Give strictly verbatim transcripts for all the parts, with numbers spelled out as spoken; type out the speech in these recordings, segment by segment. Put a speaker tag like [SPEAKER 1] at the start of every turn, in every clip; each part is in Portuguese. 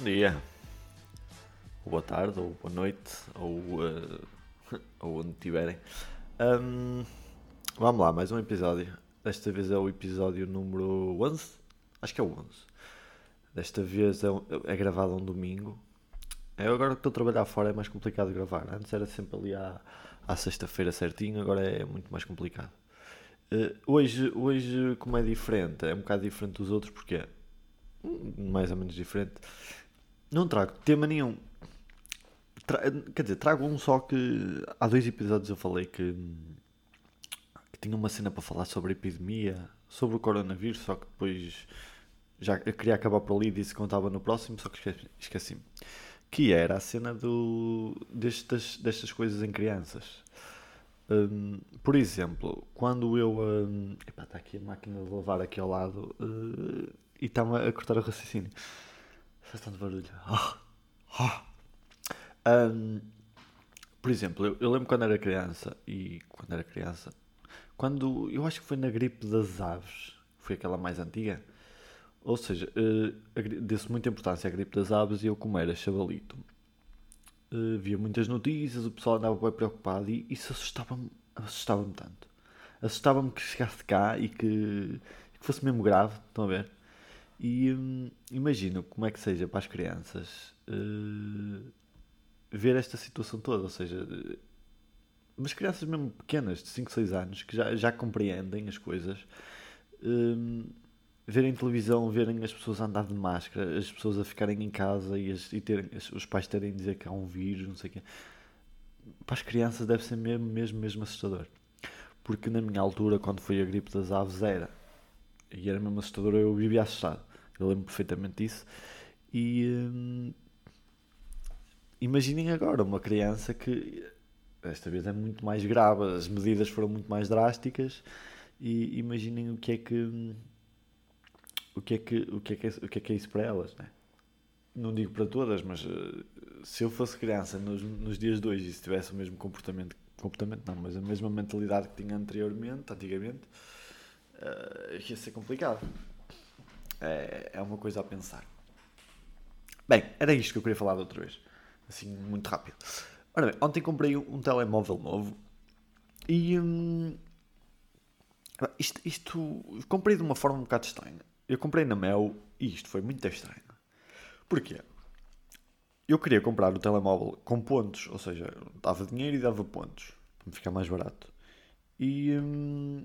[SPEAKER 1] Bom dia, ou boa tarde, ou boa noite, ou, uh, ou onde estiverem. Um, vamos lá, mais um episódio. Desta vez é o episódio número onze? Acho que é o onze. Desta vez é, um- é gravado um domingo. Eu agora que estou a trabalhar fora é mais complicado gravar. Antes era sempre ali à, à sexta-feira certinho, agora é muito mais complicado. Uh, hoje, hoje, como é diferente, é um bocado diferente dos outros, porque é hum, mais ou menos diferente. Não trago tema nenhum. Tra- Quer dizer, trago um só que há dois episódios eu falei que, que tinha uma cena para falar sobre a epidemia, sobre o coronavírus, só que depois já eu queria acabar por ali e disse que contava no próximo, só que esqueci- esqueci-me. Que era a cena do, destas, destas coisas em crianças. Hum, por exemplo, quando eu. Hum, epá, está aqui a máquina de lavar aqui ao lado uh, e está-me a cortar o raciocínio. Faz tanto barulho. Ah, ah. Hum, Por exemplo, eu, eu lembro quando era criança, e quando era criança, quando eu acho que foi na gripe das aves, foi aquela mais antiga, ou seja, eh, a gri- desse muita importância à gripe das aves e eu, como era chavalito, eh, via muitas notícias, o pessoal andava bem preocupado e isso assustava-me, assustava-me tanto. Assustava-me que chegasse cá e que, que fosse mesmo grave, estão a ver? E hum, imagino como é que seja para as crianças eh, ver esta situação toda, ou seja, mas crianças mesmo pequenas, de cinco seis anos, que já, já compreendem as coisas, hum, verem televisão, verem as pessoas a andar de máscara, as pessoas a ficarem em casa e, as- e terem, os pais terem a dizer que há um vírus, não sei o quê. Para as crianças deve ser mesmo, mesmo, mesmo assustador. Porque na minha altura, quando foi a gripe das aves, era. E era mesmo assustador, eu vivia assustado. Eu lembro perfeitamente disso. E hum, imaginem agora uma criança que desta vez é muito mais grave, as medidas foram muito mais drásticas e imaginem o que é que o que é que o que é que é, o que é, que é isso para elas, né? Não digo para todas, mas uh, se eu fosse criança nos, nos dias de hoje e se tivesse o mesmo comportamento, comportamento não, mas a mesma mentalidade que tinha anteriormente, antigamente, uh, ia ser complicado. É, é uma coisa a pensar. Bem, era isto que eu queria falar da outra vez, assim muito rápido. Ora bem, ontem comprei um, um telemóvel novo e hum, isto, isto comprei de uma forma um bocado estranha. Eu comprei na Mel e isto foi muito estranho. Porquê? Eu queria comprar o telemóvel com pontos, ou seja, dava dinheiro e dava pontos, para me ficar mais barato. E, hum,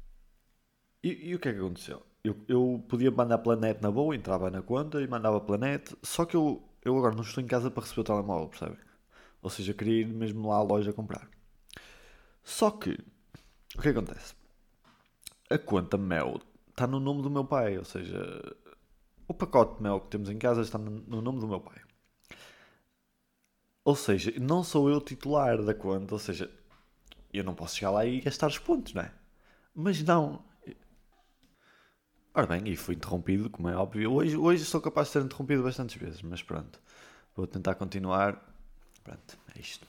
[SPEAKER 1] e, e o que é que aconteceu? Eu, eu podia mandar pela net na boa, entrava na conta e mandava pela net, só que eu, eu agora não estou em casa para receber o telemóvel, percebe? Ou seja, eu queria ir mesmo lá à loja comprar. Só que, o que acontece? A conta Mel está no nome do meu pai, ou seja, o pacote de mel que temos em casa está no, no nome do meu pai. Ou seja, não sou eu titular da conta, ou seja, eu não posso chegar lá e gastar os pontos, não é? Mas não. Ora bem, e fui interrompido, como é óbvio. Hoje, hoje sou capaz de ser interrompido bastantes vezes, mas pronto. Vou tentar continuar. Pronto, é isto.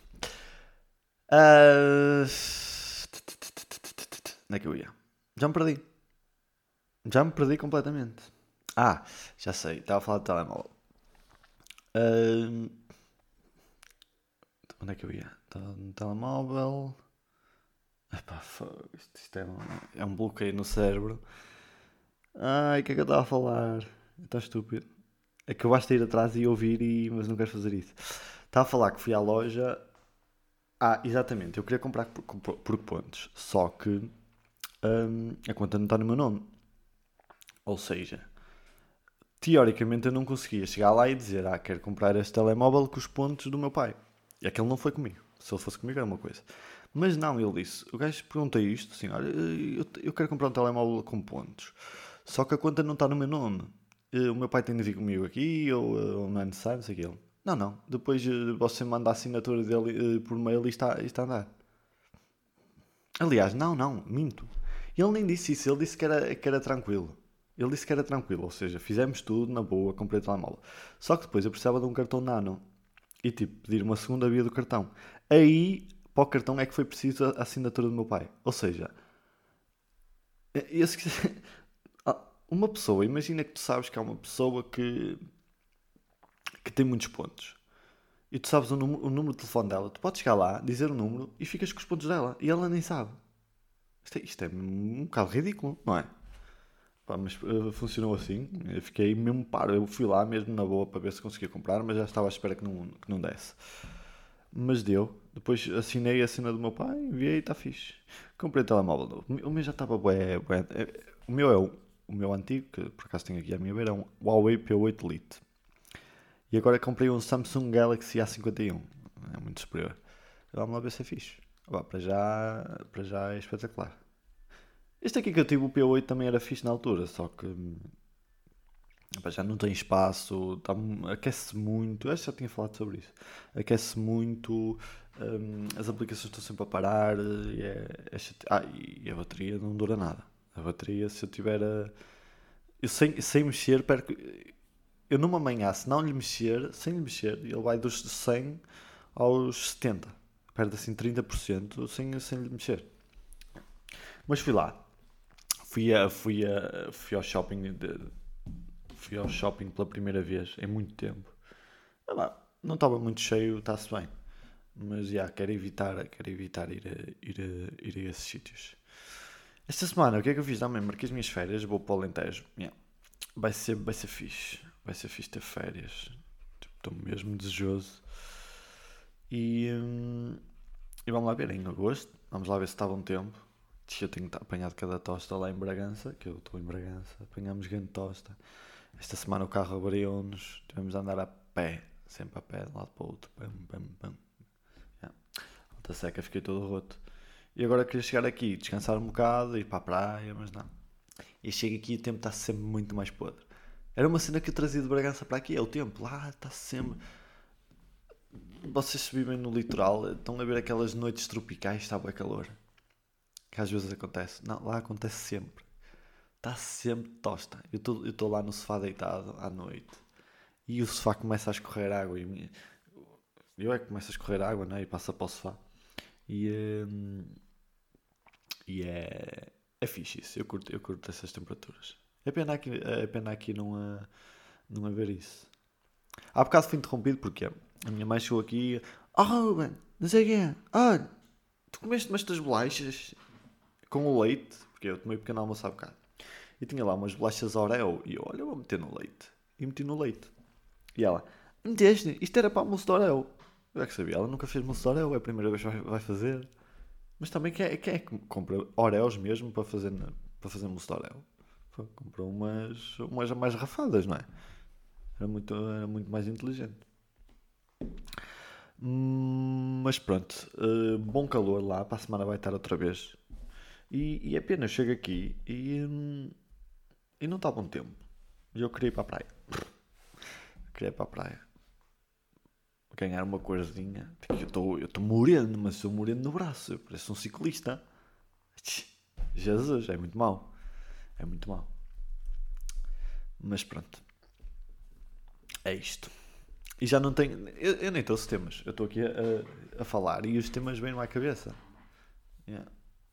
[SPEAKER 1] Ah, onde é que eu ia? Já me perdi. Já me perdi completamente. Ah, já sei. Estava a falar de telemóvel. Ah, onde é que eu ia? Estava no telemóvel. Epá, fogo, isto, isto é, um, é um bloqueio no cérebro. Ai, o que é que eu estava a falar? Está estúpido. É que eu basta ir atrás e ouvir, e... mas não quero fazer isso. Estava a falar que fui à loja. Ah, exatamente, eu queria comprar por, por, por pontos. Só que hum, a conta não está no meu nome. Ou seja, teoricamente eu não conseguia chegar lá e dizer: Ah, quero comprar este telemóvel com os pontos do meu pai. E aquele não foi comigo. Se ele fosse comigo era uma coisa. Mas não, ele disse: O gajo pergunta isto, assim: Olha, eu, eu quero comprar um telemóvel com pontos. Só que a conta não está no meu nome. Eh, O meu pai tem de vir comigo aqui, ou, eh, ou não é necessário, não sei aquilo. Não, não. Depois eh, você manda a assinatura dele eh, por mail e está, e está a andar. Aliás, não, não, minto. Ele nem disse isso, ele disse que era, que era tranquilo. Ele disse que era tranquilo, ou seja, fizemos tudo na boa, comprei o telemóvel. Só que depois eu precisava de um cartão nano e tipo, pedir uma segunda via do cartão. Aí, para o cartão é que foi preciso a assinatura do meu pai. Ou seja, esse, uma pessoa, imagina que tu sabes que há uma pessoa que, que tem muitos pontos. E tu sabes o número, o número de telefone dela. Tu podes chegar lá, dizer o número e ficas com os pontos dela. E ela nem sabe. Isto é, isto é um bocado ridículo, não é? Pá, mas uh, funcionou assim. Eu fiquei mesmo paro. Eu fui lá mesmo na boa para ver se conseguia comprar, mas já estava à espera que não, que não desse. Mas deu. Depois assinei a cena do meu pai, enviei e está fixe. Comprei telemóvel novo. O meu já estava bué, bué. O meu é o, o meu antigo, que por acaso tenho aqui à minha beira, é um Huawei P oito Lite. E agora comprei um Samsung Galaxy A cinquenta e um. É muito superior. Vamos lá ver se é fixe. Bah, para, já, para já é espetacular. Este aqui que eu tive, o P oito, também era fixe na altura, só que bah, já não tem espaço, tá, aquece muito. Acho que já tinha falado sobre isso. Aquece muito, hum, as aplicações estão sempre a parar e, é, é chate... ah, e a bateria não dura nada. A bateria, se eu tiver a... eu sem, sem mexer, perco... eu numa manhã, se não lhe mexer, sem lhe mexer, ele vai dos cem aos setenta. Perde assim trinta por cento sem, sem lhe mexer. Mas fui lá. Fui, a, fui, a, fui ao shopping. De, fui ao shopping pela primeira vez em muito tempo. Ah, lá, não estava muito cheio, está-se bem. Mas já, quero evitar, quero evitar ir, a, ir, a, ir a esses sítios. Esta semana, o que é que eu fiz também? Marquei as minhas férias, vou para o Alentejo. Yeah. Vai, ser, vai ser fixe. Vai ser fixe ter férias. Estou mesmo desejoso. E, hum, e vamos lá ver, em agosto, vamos lá ver se está bom tempo. Eu tenho apanhado cada tosta lá em Bragança, que eu estou em Bragança, apanhamos grande tosta. Esta semana o carro abriu-nos, tivemos a andar a pé, sempre a pé, de um lado para o outro. Bam, bam, bam. Yeah. Alta seca, fiquei todo roto. E agora queria chegar aqui, descansar um bocado, ir para a praia, mas não. E chego aqui e o tempo está sempre muito mais podre. Era uma cena que eu trazia de Bragança para aqui, é o tempo, lá está sempre... Vocês vivem no litoral, estão a ver aquelas noites tropicais, está bem calor. Que às vezes acontece. Não, lá acontece sempre. Está sempre tosta. Eu estou lá no sofá deitado à noite e o sofá começa a escorrer água. E eu é que começo a escorrer água, não é? E passa para o sofá. E, hum, e é, é fixe isso. Eu curto, eu curto essas temperaturas. É pena aqui, é pena aqui não, a, não haver isso. Há bocado fui interrompido porque a minha mãe chegou aqui. Oh, Ruben, não sei o quê. Olha, tu comeste umas das bolachas com o leite, porque eu tomei pequeno almoço há bocado, e tinha lá umas bolachas Oreo, e eu, olha, eu vou meter no leite, e meti no leite, e ela, meteste, isto era para almoço de Oreo, eu é que sabia, ela nunca fez almoço de Oreo, é a primeira vez que vai, vai fazer, mas também quem é, quem é que compra Oreos mesmo para fazer, para fazer almoço de Oreo? Pô, comprou umas, umas mais rafadas, não é? Era muito, era muito mais inteligente. Hum, mas pronto, uh, bom calor lá, para a semana vai estar outra vez. E, e é pena, eu chego aqui e, hum, e não está bom tempo. E eu queria ir para a praia. Eu queria ir para a praia. Ganhar uma corzinha. Eu estou eu estou moreno, mas sou moreno no braço. Eu pareço um ciclista. Jesus, é muito mau. É muito mau. Mas pronto. É isto. E já não tenho... Eu, eu nem trouxe temas. Eu estou aqui a, a falar e os temas vêm-me à cabeça. Yeah.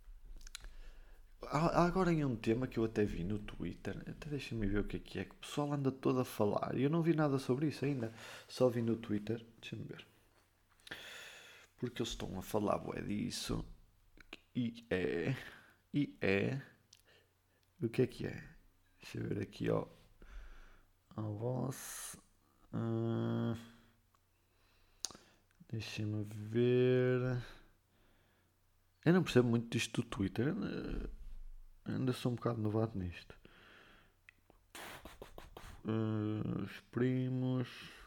[SPEAKER 1] Há agora em um tema que eu até vi no Twitter, até deixa-me ver o que é que é, que o pessoal anda todo a falar e eu não vi nada sobre isso ainda, só vi no Twitter, deixa-me ver, porque eles estão a falar bué disso, e é, e é, o que é que é? Deixa eu ver aqui, ó, a voz, hum, deixa-me ver, eu não percebo muito disto do Twitter, ainda sou um bocado novato nisto. Uh, os primos.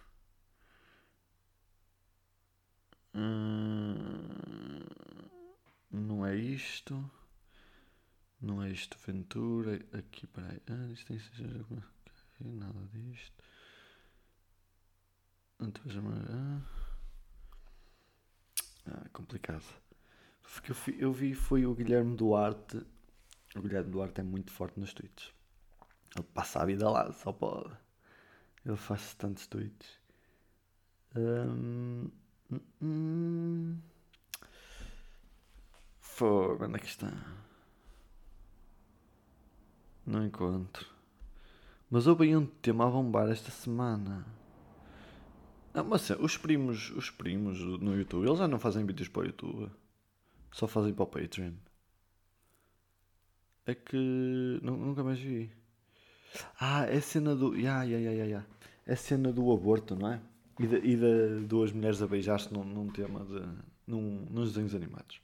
[SPEAKER 1] Uh, não é isto. Não é isto, Ventura. Aqui, peraí. Ah, isto tem nada disto. Ah, ah, complicado. Porque eu, vi, eu vi foi o Guilherme Duarte. O Guilherme Duarte é muito forte nos tweets. Ele passa a vida lá, só pode. Ele faz tantos tweets. Um, hum, hum. Fogo, onde é que está? Não encontro. Mas houve aí um tema a bombar esta semana. Não, mas assim, os primos, os primos no YouTube, eles já não fazem vídeos para o YouTube. Só fazem para o Patreon. É que nu- nunca mais vi. Ah, é a cena do. Ya, ya, ya, ya, ya. É a cena do aborto, não é? E de, e de duas mulheres a beijar-se num, num tema de. Num, nos desenhos animados.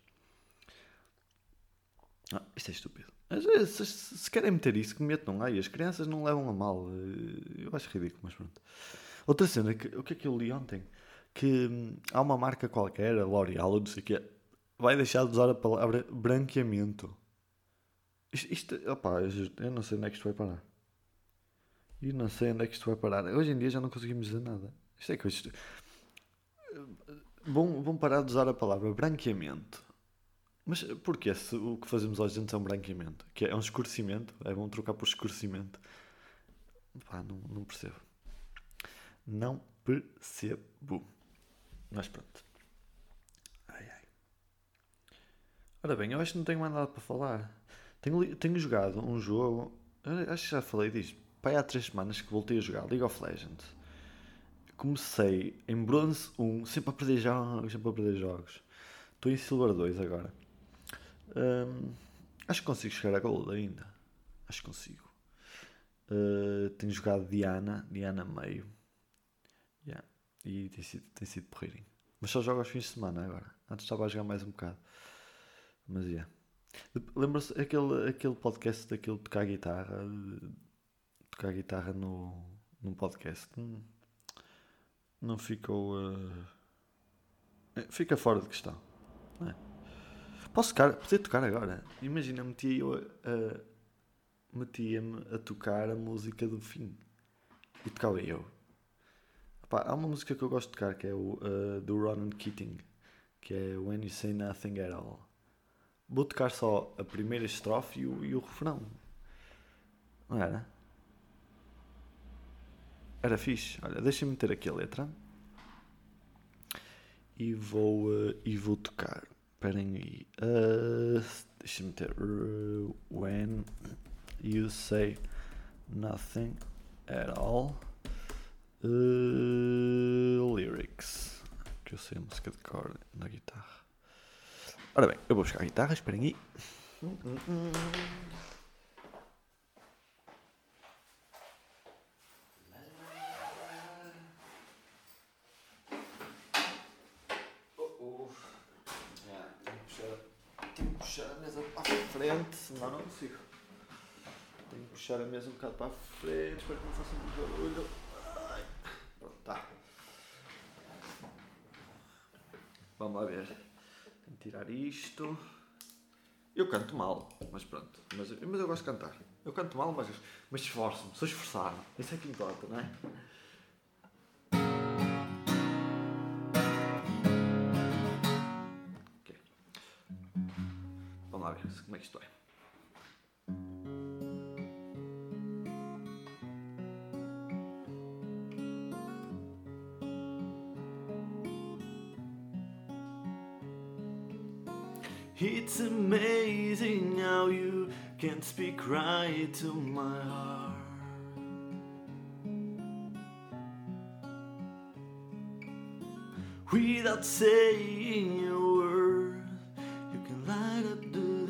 [SPEAKER 1] Ah, isto é estúpido. Mas, eh, se, se- se querem meter isso, que metam lá. E as crianças não levam a mal. Eh, Eu acho ridículo, mas pronto. Outra cena, que, o que é que eu li ontem? Que hum, há uma marca qualquer, a L'Oreal, ou não sei o que vai deixar de usar a palavra branqueamento. Isto, isto opá, eu juro, eu não sei onde é que isto vai parar. E não sei onde é que isto vai parar. Hoje em dia já não conseguimos dizer nada. Isto é que isto... Vão, vão parar de usar a palavra branqueamento. Mas porquê? Se o que fazemos aos dentes é um branqueamento? Que é um escurecimento? É bom trocar por escurecimento? Pá, não, não percebo. Não percebo. Mas pronto. Ai, ai. Ora bem, eu acho que não tenho mais nada para falar. Tenho, li- tenho jogado um jogo. Eu acho que já falei disto. Pai, há três semanas que voltei a jogar League of Legends. Comecei em bronze um, sempre a perder jogos, sempre a perder jogos. Estou em Silver dois agora. Hum, acho que consigo chegar a Gold ainda. Acho que consigo. Uh, tenho jogado Diana, Diana meio. Yeah. E tem sido, tem sido porreirinho. Mas só jogo aos fins de semana agora. Antes estava a jogar mais um bocado. Mas yeah. Lembra-se aquele, aquele podcast daquele de tocar guitarra? De tocar guitarra no, num podcast? Hum, Não ficou. Uh, fica fora de questão. Não é? Posso tocar, poder tocar agora? Imagina, metia eu a, a- metia-me a tocar a música do fim e tocava eu. Epá, há uma música que eu gosto de tocar que é o uh, do Ronan Keating, que é When You Say Nothing at All. Vou tocar só a primeira estrofe e o, e o refrão. Não era? Era fixe. Olha, deixa-me meter aqui a letra e vou, uh, e vou tocar. Esperem aí. Uh, deixa-me meter. Uh, when You Say Nothing at All. Uh, lyrics. Que eu sei a música de cor na guitarra. Ora bem, eu vou buscar a guitarra, esperem aí. Oh, oh. Yeah, tenho, que puxar, tenho que puxar a mesa para a frente, senão não consigo. Tenho que puxar a mesa um bocado para a frente, espero que não faça muito barulho. Ai, pronto, tá. Vamos lá ver. Tenho que tirar isto. Eu canto mal, mas pronto. Mas, mas eu gosto de cantar. Eu canto mal, mas, mas esforço-me, sou esforçado. Isso é que importa, não é? Ok. Vamos lá ver como é que isto é. It's amazing how you can speak right to my heart. Without saying a word, you can light up the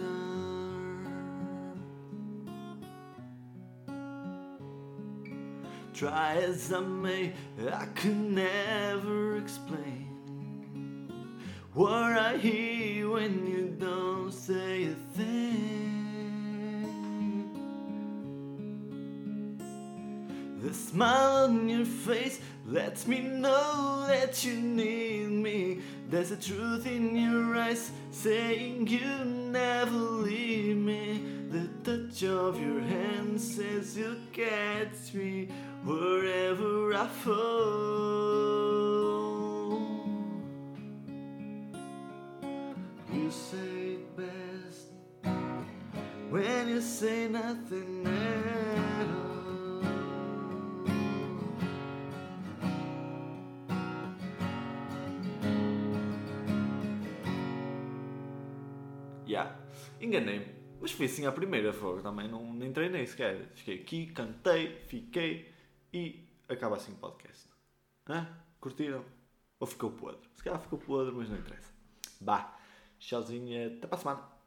[SPEAKER 1] dark. Try as I may, I could never explain what I hear when you don't say a thing. The smile on your face lets me know that you need me. There's a truth in your eyes saying you never leave me. The touch of your hand says you'll catch me wherever I fall. You say it best when you say nothing at all. Yeah, enganei-me. Mas foi assim a primeira fogo, também não, nem treinei sequer. Fiquei aqui, cantei, fiquei e acaba assim o podcast. Hã? Curtiram? Ou ficou podre? Se calhar ficou podre, mas não interessa. Bah, tchauzinho, até para a semana.